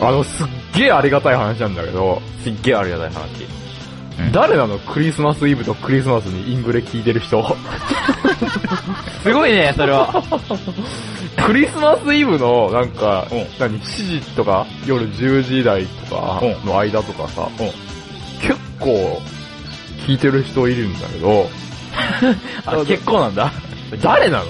すっげえありがたい話なんだけど、 すっげえありがたい話。 誰なの？クリスマスイブとクリスマスにインブレ聞いてる人。 すごいね、それは。 クリスマスイブの、なんか、7時とか、夜10時台とかの間とかさ、結構、聞いてる人いるんだけど、 結構なんだ。 誰なの？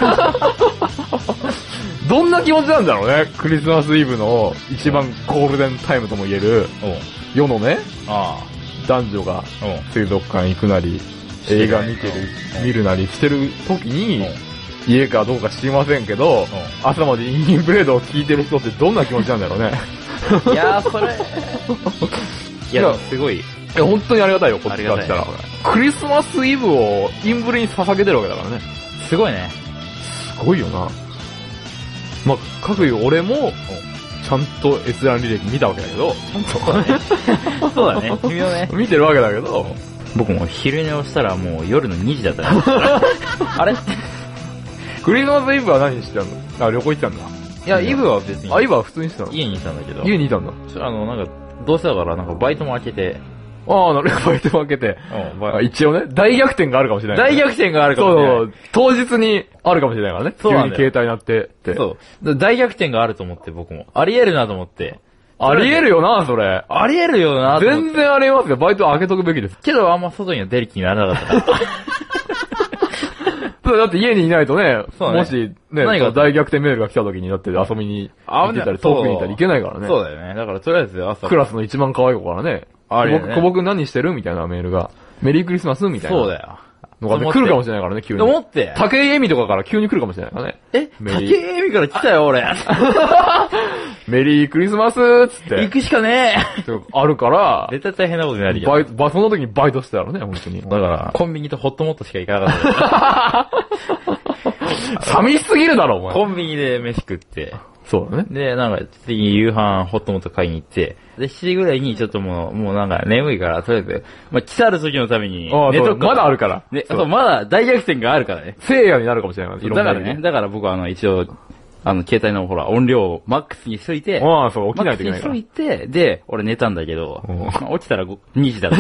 どんな気持ちなんだろうね、クリスマスイブの一番ゴールデンタイムとも言える、世のね、男女が水族館行くなり、映画見るなりしてる時に、家かどうか知りませんけど、朝までインブレードを聞いてる人ってどんな気持ちなんだろうね。 いやー、それ。いや、すごい。 本当にありがたいよ、こっちからしたら。クリスマスイブをインブレに捧げてるわけだからね。 すごいね。 すごいよな。まあ、各言う俺も、ちゃんと閲覧履歴見たわけだけど、ちゃんと。 そうだね。君はね。 見てるわけだけど、 僕も昼寝をしたらもう夜の2時だったよ。あれクリスマスイブは何してたの？旅行行ったんだ。 いや、イブは別に。 イブは普通にしてたの？ 家にいたんだけど。 家にいたんだ。 なんか、どうせだから、なんかバイトも開けて。 なるほど、バイトも開けて。一応ね、大逆転があるかもしれない。 大逆転があるかもしれない。 そう、当日にあるかもしれないからね。急に携帯になってって。 そう。大逆転があると思って僕も。あり得るなと思って。 あり得るよな、それ。 あり得るよなと思って。 全然あり得ますよ。バイト開けとくべきです。 けどあんま外には出る気にならなかったから。 だって家にいないとね、もしね、大逆転メールが来た時にだって遊びに行ってたり、遠くにいたりいけないからね。 そうだよね。だからとりあえず朝。 クラスの一番可愛い子からね、小僕何してるみたいなメールが、メリークリスマスみたいな。 そうだよ。 のが来るかもしれないからね、急に。 思って。 竹井絵美とかから急に来るかもしれないからね。 竹井絵美から来たよ、俺。 メリークリスマスーつって。 行くしかねえあるから、 絶対大変なことになるよ。 その時にバイトしてたらね、本当に。 だから、コンビニとホットモットしか行かなかった。 寂しすぎるだろ、お前。 コンビニで飯食って。 そうだね。 で、なんか、次に夕飯ホットモット買いに行って、で、7時ぐらいにちょっともうなんか眠いから、とりあえず、来たる時のために、 寝とくまだあるから。 ね、そう、まだ大逆転があるからね。 聖夜になるかもしれない。 だからね、だから僕は一応、携帯のほら、音量をマックスにしといて、 そう、起きないといけないから。 マックスにしといて、で、俺寝たんだけど、起きたら2時だった。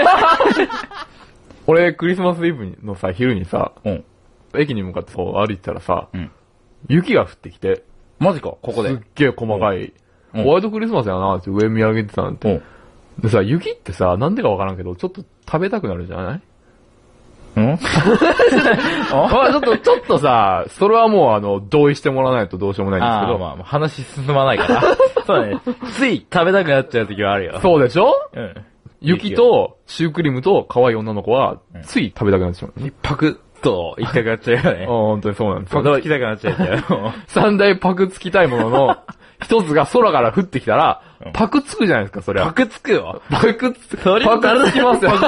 俺、クリスマスイブのさ、昼にさ、駅に向かってそう歩いてたらさ、雪が降ってきて、 マジかここで。 すっげえ細かい。ホワイトクリスマスやなって上見上げてたなんて。でさ、雪ってさ、なんでかわからんけど、ちょっと食べたくなるじゃない？ちょっとさ、それはもう同意してもらわないとどうしようもないんですけど。 まあ、話進まないから。そうだね。つい食べたくなっちゃう時はあるよ。 そうでしょ？雪とシュークリームと可愛い女の子は、つい食べたくなってしまう。 パクッと行きたくなっちゃうよね。 本当にそうなんです。 パクつきたくなっちゃうよ。 三大パクつきたいものの、一つが空から降ってきたら、パクつくじゃないですか、それは。 パクつくよ。 パクつきますよ。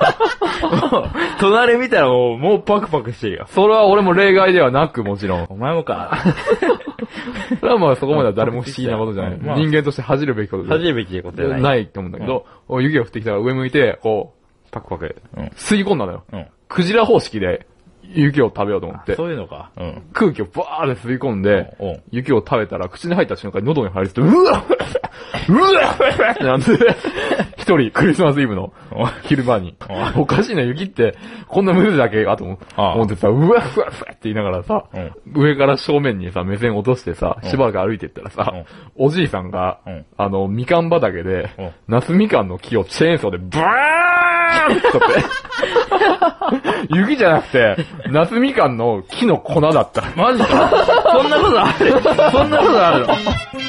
隣見たらもうパクパクしてるよ。 それは俺も例外ではなく、もちろん。 お前もか。 それはまあそこまでは誰も不思議なことじゃない。人間として恥じるべきこと恥じるべきことじゃない。 ないと思うんだけど、雪が降ってきたら上向いて、こう、パクパク、吸い込んだのよ。クジラ方式で、雪を食べようと思って。 そういうのか。 空気をバーって吸い込んで、雪を食べたら口に入った瞬間に喉に入りつつ、うわってなんで、一人クリスマスイブの昼間に。おかしいな、雪ってこんなムーズだけかと思ってさ、うわふわふわって言いながらさ、上から正面にさ、目線落としてさ、しばらく歩いてったらさ、おじいさんが、みかん畑で、夏みかんの木をチェーンソーでブーンって取って、雪じゃなくて、夏みかんの木の粉だった。 マジか。そんなことある？そんなことあるの？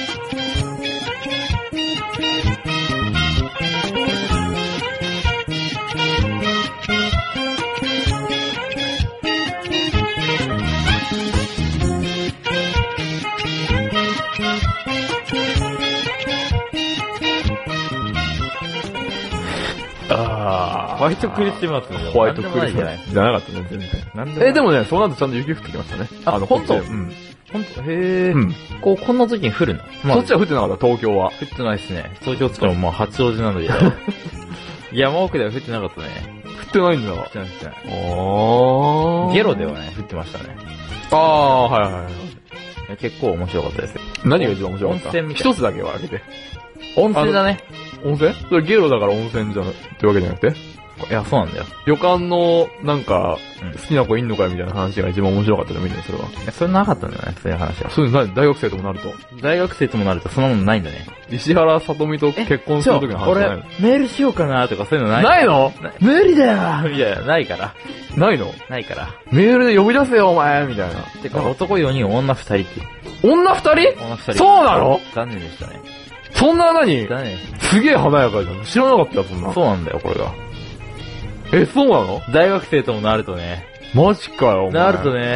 ホワイトクリスマスのホワイトクリスマスじゃなかったね、全然。でもね、そうなるとちゃんと雪降ってきましたね。 本当？ うん。 本当？へぇ。こんな時に降るの？ そっちは降ってなかった、東京は。 降ってないですね。東京つかも八王子なんだけど。山奥では降ってなかったね。 降ってないんだ。 降ってない。ゲロではね、降ってましたね。 はい。 結構面白かったですよ。 何が一番面白かった？ 温泉みたいな。 一つだけはあげて。 温泉だね。 温泉？それゲロだから温泉じゃなってわけじゃなくて？ いや、そうなんだよ。 旅館の、なんか、好きな子いんのかよみたいな話が一番面白かったの見るの、それは。 いや、それなかったんだよね、そういう話は。 そういうの大学生ともなると。 大学生ともなるとそんなものないんだね。 石原さとみと結婚する時の話じゃないの？ 俺、メールしようかなとかそういうのない。 ないの？ 無理だよみたいな、ないから。 ないの？ ないから。 メールで呼び出せよ、お前みたいな。 てか、男4人、女2人っていう。 女2人？ 女2人。 そうなの？ 残念でしたね。 そんな何？ 残念。 すげえ華やかじゃん。知らなかったよ、そんな。 そうなんだよ、これが。 そうなの？ 大学生ともなるとね。 マジかよ、お前。 なるとね。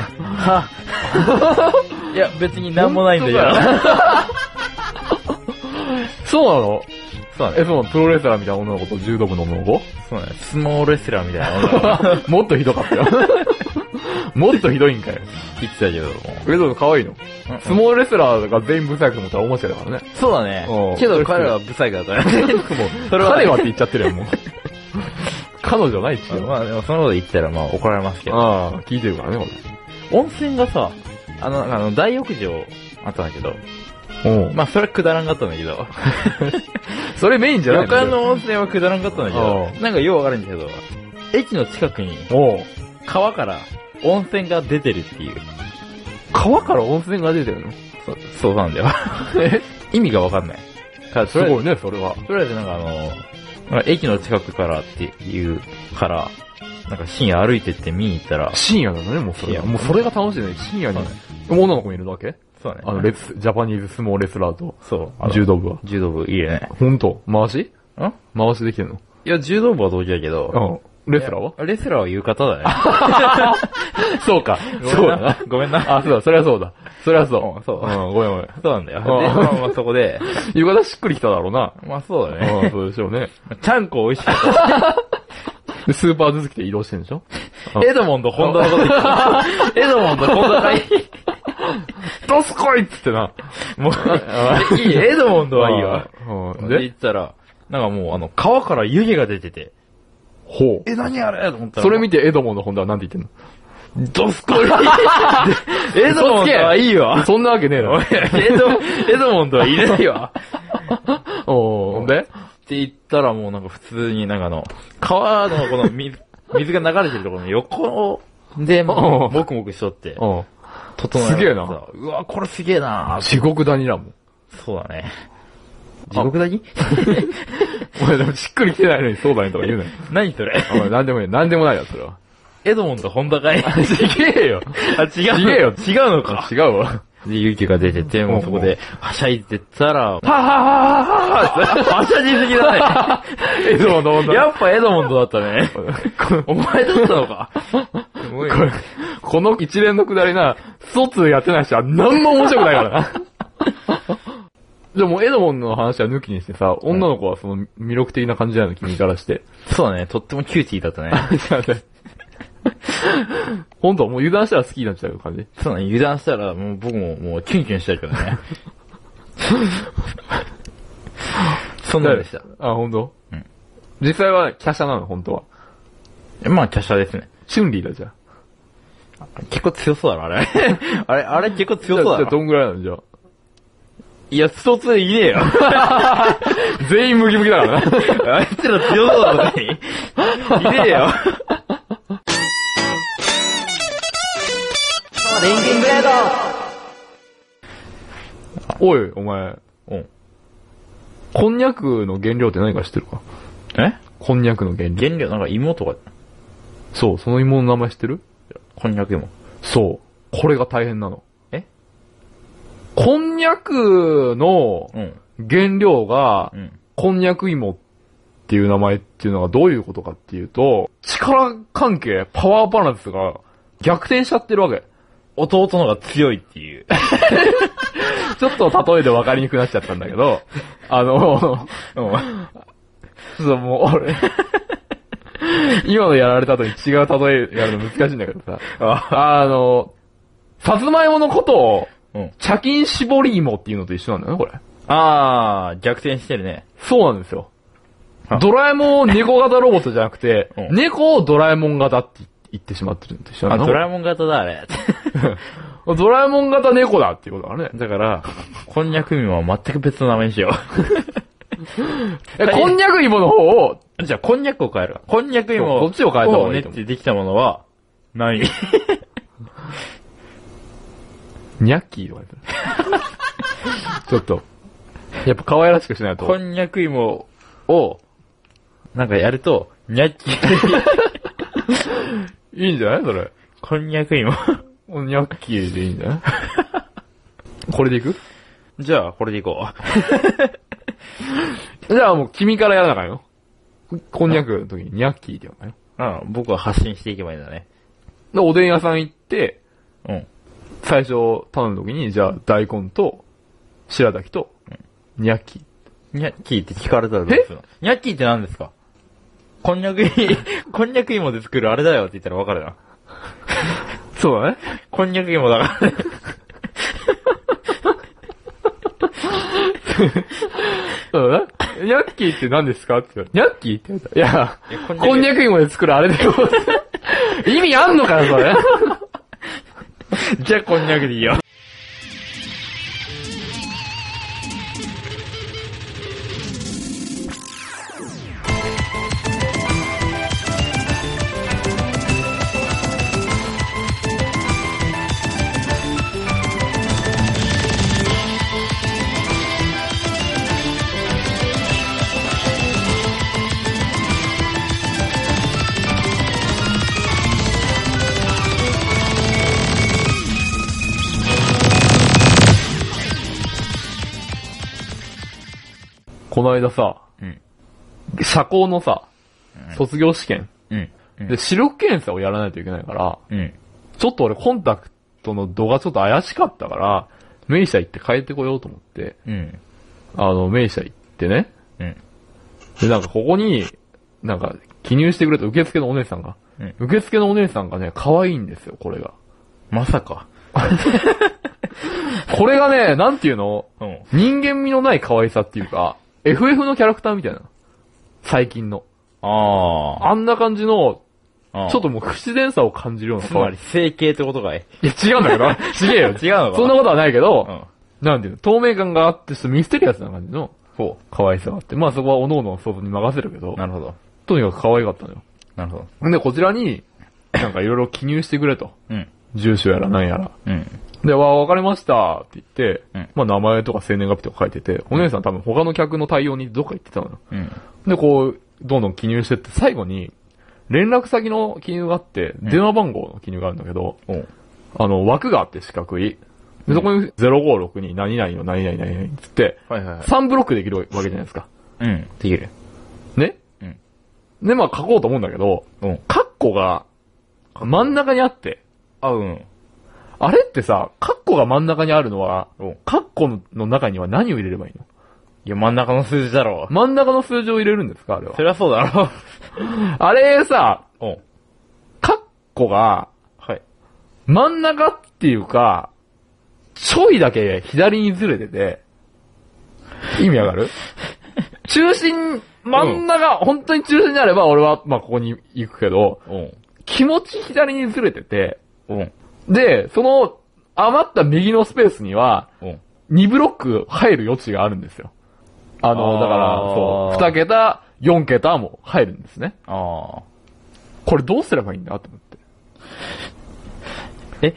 いや、別になんもないんだよ。 そうなの？ そうだね。 そうなの？プロレスラーみたいな女の子と柔道部の女の子？ そうだね。スモールレスラーみたいな女の子。 もっとひどかったよ。もっとひどいんかよ。 言ってたけども。 でも可愛いの。相撲レスラーが全員ブサイクと思ったら面白いからね。 そうだね。けど彼はブサイクだったね。 もう、それは彼はって言っちゃってるよ、もう。彼女ないっちゅう。 まあでもそのこと言ったらまあ怒られますけど。 ああ、聞いてるからね、これ。温泉がさ、大浴場あったんだけど、まあそれはくだらんかったんだけど。 それメインじゃない旅館の温泉はくだらんかったんだけど、なんかようわかるんだけど、駅の近くに、川から温泉が出てるっていう。 川から温泉が出てるの？ そうなんだよ。意味がわかんない。 すごいね、それは。 とりあえずなんか駅の近くからっていうから、なんか深夜歩いてって見に行ったら。 深夜なのね、もうそれは。もうそれが楽しいね。深夜に。女の子もいるわけ？ そうだね。 ジャパニーズ相撲レスラーと。 そう。 柔道部は。 柔道部いいね。 ほんと？回しできてんの？ いや、柔道部は同時だけど。 レスラーは？ レスラーは浴衣だね。 そうか。そうだな。 ごめんな。 あ、そうだ、そりゃそうだ。そりゃそう。 そう。 ごめんごめん。 そうなんだよ。で、まあそこで。 浴衣しっくりきただろうな。 まあそうだね。 そうでしょうね。 ちゃんこ美味しかった。 スーパー続きで移動してんでしょ？ エドモンドホンダのこと言った。エドモンドホンダ会どすこいっつってな。 もう、いい、エドモンドはいいわ。 で言ったら、なんかもう川から湯気が出てて。 ほう。 何あれと思ったら。 それ見てエドモンドホンダはなんて言ってんの？ どすこいエドモンドはいいわ。 そんなわけねえな。 エドモンドはいないわ。 ほんでって言ったらもうなんか普通になんか川のこの水が流れてるところの横で、もくもくしとって。整えすげえな。 うわ、これすげえな。 地獄谷だもん。 そうだね。地獄谷お前でもしっくりきてないのにそうだねとか言うなよ。 何それなんでもいい。なんでもないよ、それは。 エドモンドホンダかいちげえよ。 違うのか。 違うわ。 で、勇気が出てて、もうそこで、はしゃいでったら、はしゃぎすぎだね。 エドモンドホンダ。 やっぱエドモンドだったね。お前だったのか。 この一連のくだりな、卒やってない人は何も面白くないからな。でも、エドモンドの話は抜きにしてさ、女の子はその魅力的な感じなの、君からして。 そうだね、とってもキューティーだったね。 ほんと、もう油断したら好きになっちゃう感じ？ そうだね、油断したらもう僕ももうキュンキュンしちゃうからね。そんなんでした。 あ、ほんと？実際は華奢なの、ほんとは。 まあ、華奢ですね。 春麗だじゃん。 結構強そうだろ、あれ。あれ結構強そうだろ。 じゃあどんぐらいなのじゃあ。 いや、スト2いねえよ。 全員ムキムキだからな。 あいつら強そうだろ、いねえよ。 リンキングレード。 おい、お前。こんにゃくの原料って何か知ってるか？こんにゃくの原料。 原料、なんか芋とか。 そう、その芋の名前知ってる？ こんにゃく芋。 そう。これが大変なの。こんにゃくの原料が、こんにゃく芋っていう名前っていうのがどういうことかっていうと、力関係、パワーバランスが逆転しちゃってるわけ。 弟のが強いっていう。 ちょっと例えで分かりにくくなっちゃったんだけど、そう、もう俺、今のやられた後に違う例えやるの難しいんだけどさ、さつまいものことを、茶巾絞り芋っていうのと一緒なんだよね、これ。 逆転してるね。 そうなんですよ。ドラえもんを猫型ロボットじゃなくて、猫をドラえもん型って言ってしまってるんでしょ。 ドラえもん型だ、あれ。 ドラえもん型猫だっていうことだね。 だから、こんにゃく芋は全く別の名前にしよう。 こんにゃく芋の方を、 じゃあ、こんにゃくを変える。こんにゃく芋こっちを変えた方がいいと思う。 練ってできたものは、何ニャッキーとか言ってちょっと、やっぱ可愛らしくしないと。 こんにゃく芋を、なんかやると、ニャッキー。 いいんじゃないそれ。 こんにゃく芋。 ニャッキーでいいんじゃないこれでいく？ じゃあ、これでいこう。じゃあもう君からやらなあかんよ。こんにゃくの時にニャッキーって言わないよ。 うん、僕は発信していけばいいんだね。 で、おでん屋さん行って、 うん。 最初頼んだ時に、じゃあ大根と、白滝と、ニャッキー。 ニャッキーって聞かれたらどうするの？ニャッキーって何ですか？こんにゃく芋で作るあれだよって言ったらわかるな。 そうだね。 こんにゃく芋だからね。 そうだね。ニャッキーって何ですかって言ったら、ニャッキーって言ったら、いや、こんにゃく芋で作るあれだよ。意味あんのかよ、それ。 じゃあこんにゃくでいいよ。 この間さ、 うん。 社交のさ、卒業試験、 うん。 で、視力検査をやらないといけないから、 うん。 ちょっと俺コンタクトの度がちょっと怪しかったから、名医者行って変えてこようと思って、 うん。 名医者行ってね、 うん。 で、なんかここに、なんか記入してくれた受付のお姉さんが、 うん。 受付のお姉さんがね、可愛いんですよ、これが。 まさか。 これがね、なんていうの、 うん。 人間味のない可愛さっていうか、FF のキャラクターみたいな。最近の。あんな感じの、ちょっともう不自然さを感じるようなつまり、整形ってことかい？ いや、違うんだけど、違えよ。 違うのかそんなことはないけど、 うん。 なんていうの、透明感があって、ちょっとミステリアスな感じの、可愛さがあって。まあそこは各々の想像に任せるけど、 なるほど。 とにかく可愛かったのよ。 なるほど。 で、こちらに、なんかいろいろ記入してくれと。 うん。 住所やら何やら。 うん。 で、わかりましたって言って、 うん。 まあ名前とか生年月日とか書いてて、お姉さん多分他の客の対応にどっか行ってたのよ。 うん。 で、こう、どんどん記入してって、最後に、連絡先の記入があって、電話番号の記入があるんだけど、枠があって四角い。で、そこに056に何々の何々何々つって、 はいはいはい。 3ブロックできるわけじゃないですか。 うん。できる。 ねうん。 で、まあ書こうと思うんだけど、カッコが真ん中にあって、 うん。 あれってさ、カッコが真ん中にあるのは、カッコの中には何を入れればいいの？ いや、真ん中の数字だろ。 真ん中の数字を入れるんですかあれは。 そりゃそうだろ。 あれさ、 うん。 カッコが、 はい。 真ん中っていうか、ちょいだけ左にずれてて、意味わかる？中心、真ん中、本当に中心にあれば俺は、まあここに行くけど、気持ち左にずれてて、で、その余った右のスペースには、2ブロック入る余地があるんですよ。だから、そう、2桁、4桁も入るんですね。これどうすればいいんだと思って。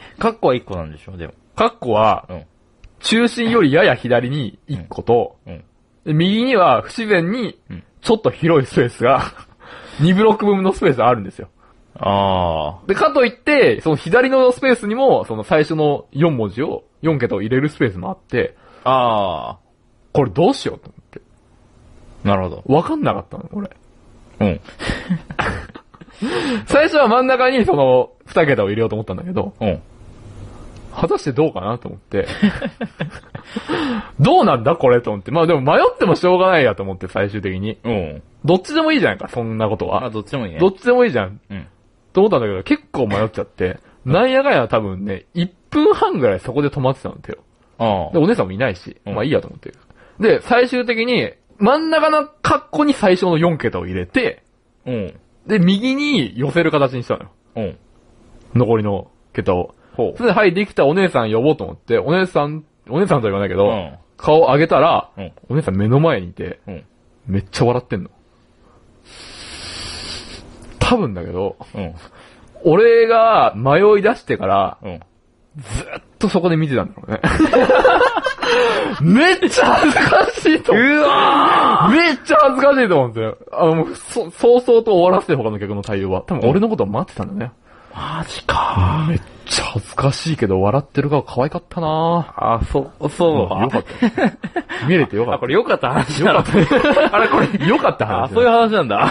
カッコは1個なんでしょでも。 カッコは、中心よりやや左に1個と、で右には不自然に、ちょっと広いスペースが、2ブロック分のスペースがあるんですよ。で、かといって、その左のスペースにも、その最初の4文字を、4桁を入れるスペースもあって、これどうしようと思って。 なるほど。 わかんなかったの、これ。最初は真ん中にその、2桁を入れようと思ったんだけど、果たしてどうかなと思って。どうなんだこれと思って。まあでも迷ってもしょうがないやと思って最終的に。どっちでもいいじゃないか、そんなことは。 どっちでもいいね。 どっちでもいいじゃん。と思ったんだけど、結構迷っちゃって、なんやかんや多分ね、1分半ぐらいそこで止まってたんだよ。で、お姉さんもいないし、まあいいやと思って。で、最終的に、真ん中のカッコに最初の4桁を入れて、で、右に寄せる形にしたのよ。残りの桁を。 それで、はい、できたお姉さん呼ぼうと思って、お姉さんとは言わないけど、顔上げたら、お姉さん目の前にいて、めっちゃ笑ってんの。多分だけど、俺が迷い出してから、ずっとそこで見てたんだろうね。めっちゃ恥ずかしいと思う。うわーめっちゃ恥ずかしいと思うんですよ。もう、早々と終わらせて他の客の対応は。多分俺のことを待ってたんだね。 マジかめっちゃ恥ずかしいけど、笑ってる顔可愛かったなそう。 よかった。見れてよかった。 これよかった話よかった。あれこれ、よかった話。 そういう話なんだ。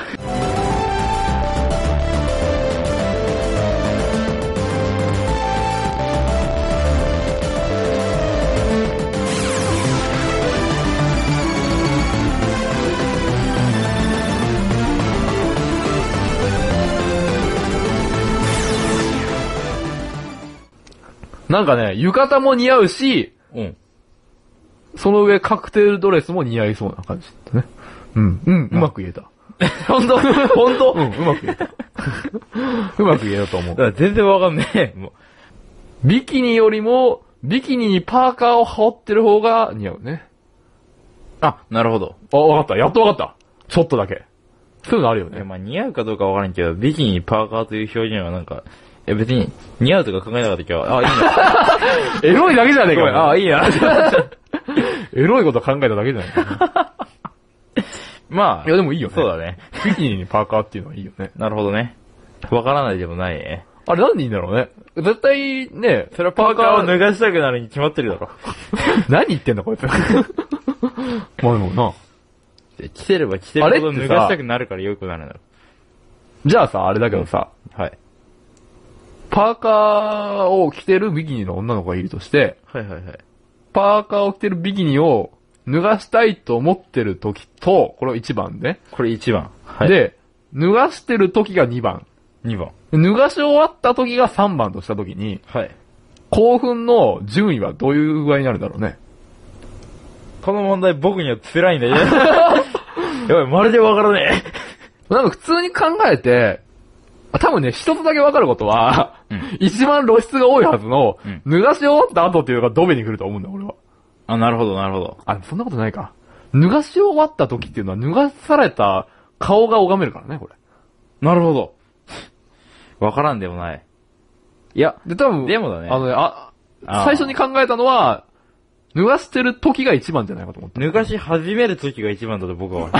なんかね、浴衣も似合うし、その上カクテルドレスも似合いそうな感じだね。うまく言えた。 本当うまく言えた。うまく言えたと思う。 全然わかんねえ。 ビキニよりも、ビキニにパーカーを羽織ってる方が似合うね。 なるほど。 わかった。やっとわかった。ちょっとだけ。そういうのあるよね。 似合うかどうかわからんけど、ビキニにパーカーという表現はなんか、別に、似合うとか考えなかったけど、いいな。 エロいだけじゃねえか。 いいな。 エロいこと考えただけじゃないか。いやでもいいよね。 そうだね。 ビキニにパーカーっていうのはいいよね。 なるほどね。わからないでもないね。 あれなんでいいんだろうね。絶対ね、 それはパーカーを脱がしたくなるに決まってるだろ。 何言ってんだこいつ。まあでもな。 着てれば着てるほど脱がしたくなるから良くなるんだろ。 じゃあさ、あれだけどさ。 はい。 パーカーを着てるビキニの女の子がいるとして、パーカーを着てるビキニを脱がしたいと思ってる時と、これ1番ね。 これ1番。 で、脱がしてる時が2番。 2番。 脱がし終わった時が3番とした時に、興奮の順位はどういう具合になるんだろうね。 この問題僕には辛いんだよ。やばい、まるでわからねえ。なんか普通に考えて、多分ね、一つだけわかることは、一番露出が多いはずの、脱がし終わった後っていうのがドベに来ると思うんだよ、俺は。 なるほど、なるほど。 そんなことないか。脱がし終わった時っていうのは、脱がされた顔が拝めるからね、これ。 なるほど。わからんでもない。いや、 で、多分、 でもだね。 最初に考えたのは、脱がしてる時が一番じゃないかと思った。 脱がし始める時が一番だと僕は。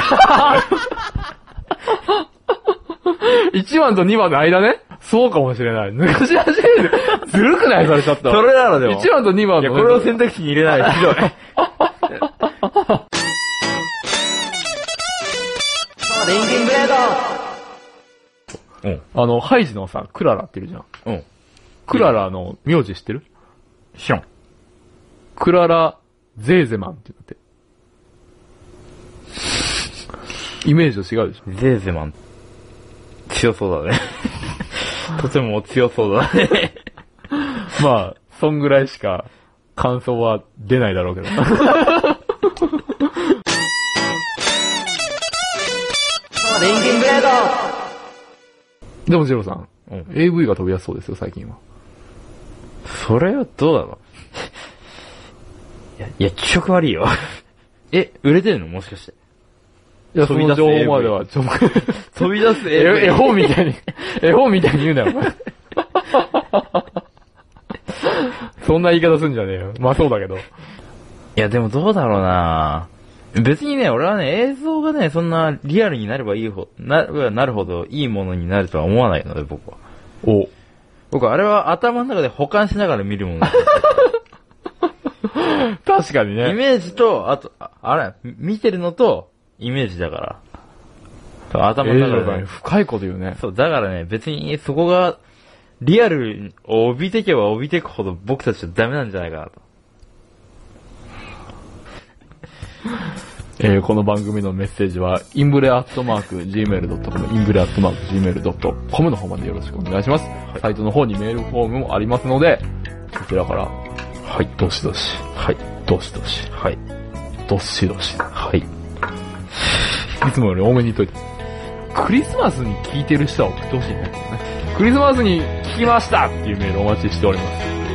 1番と2番の間ね。そうかもしれない。脱がし始める。ずるくないそれちょっと。 それならでも。 1番と2番の。 いや、これを選択肢に入れない。ひどい。 レンゲンブレードハイジのさ、クララっているじゃん。クララの名字知ってる？ 知らん。 クララ・ゼーゼマンって言って。イメージと違うでしょ。 ゼーゼマン。強そうだね。とても強そうだね。 まあ、そんぐらいしか感想は出ないだろうけど。レンゲンブレードでもジローさん、AV が飛びやすそうですよ、最近は。 それはどうだろう。いや、気色悪いよ。売れてるのもしかして。 いや、その情報までは、飛び出す絵本みたいに言うなよ、お前。そんな言い方すんじゃねえよ。まあそうだけど。 いや、でもどうだろうな別にね、俺はね、映像がね、そんなリアルになればなるほどいいものになるとは思わないので、僕は。僕はあれは頭の中で保管しながら見るものだ。 確かにね。 イメージと、あと、見てるのと、イメージだから。頭の中で、 ね。深いこと言うね。 そう、だからね、別にそこが、リアルを帯びてけば帯びてくほど僕たちはダメなんじゃないかなと。この番組のメッセージは、imbre@gmail.com、imbre@gmail.com の方までよろしくお願いします。サイトの方にメールフォームもありますので、こちらから、どしどし。どしどし。どしどし。いつもより多めに言っといて。クリスマスに聞いてる人は送ってほしいね。クリスマスに聞きましたっていうメールお待ちしております。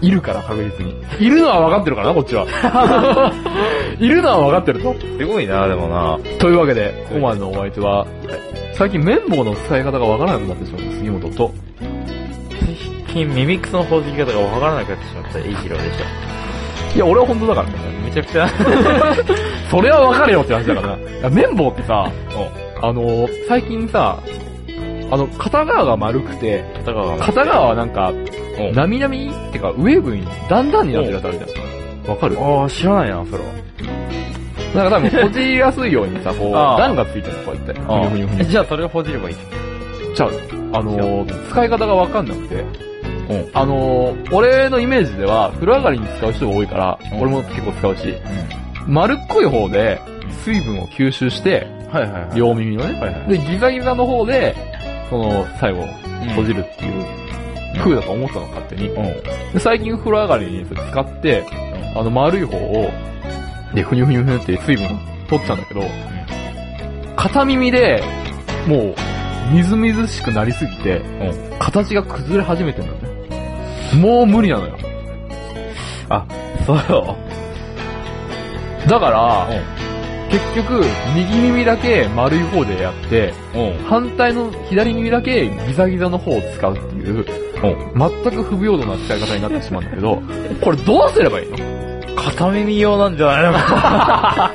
いるから確実に。いるのは分かってるからな、こっちは。いるのは分かってると。 すごいな、でもな。 というわけで、コマンのお相手は、最近綿棒の使い方が分からなくなってしまった杉本と、 最近ミミックスの報じ方が分からなくなってしまったいいヒロでした。 いや、俺は本当だからね。 めちゃくちゃ。 それは分かれよって話だからな。いや、綿棒ってさ、最近さ、片側が丸くて、片側はなんか、なみなみってか、ウェーブに段々になってるやつあるじゃん。わかる？ ああ、知らないな、それは。 なんか多分、ほじりやすいようにさ、こう、段がついてるの、こうやって。ふにゅふにゅふにゅ。 じゃあ、それをほじればいいじゃあ、使い方がわかんなくて、俺のイメージでは、風呂上がりに使う人が多いから、俺も結構使うし、丸っこい方で、水分を吸収して、両耳のね。で、ギザギザの方で、最後、閉じるっていう風だと思ったの、勝手に。で、最近風呂上がりに使って、丸い方を、で、ふにゅふにゅふにゅって水分を取っちゃうんだけど、片耳で、もう、みずみずしくなりすぎて、形が崩れ始めてるんだね。もう無理なのよ。 あ、そう。 だから、結局、右耳だけ丸い方でやって、反対の左耳だけギザギザの方を使うっていう、全く不平等な使い方になってしまうんだけど、これどうすればいいの？ 片耳用なんじゃないのか。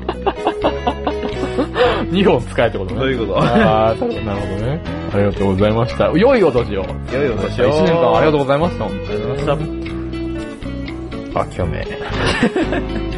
2本使えってことね。 そういうこと。 なるほどね。ありがとうございました。良いお年を。 良いお年を。 1年間ありがとうございました。 ありがとうございました。あ、興味。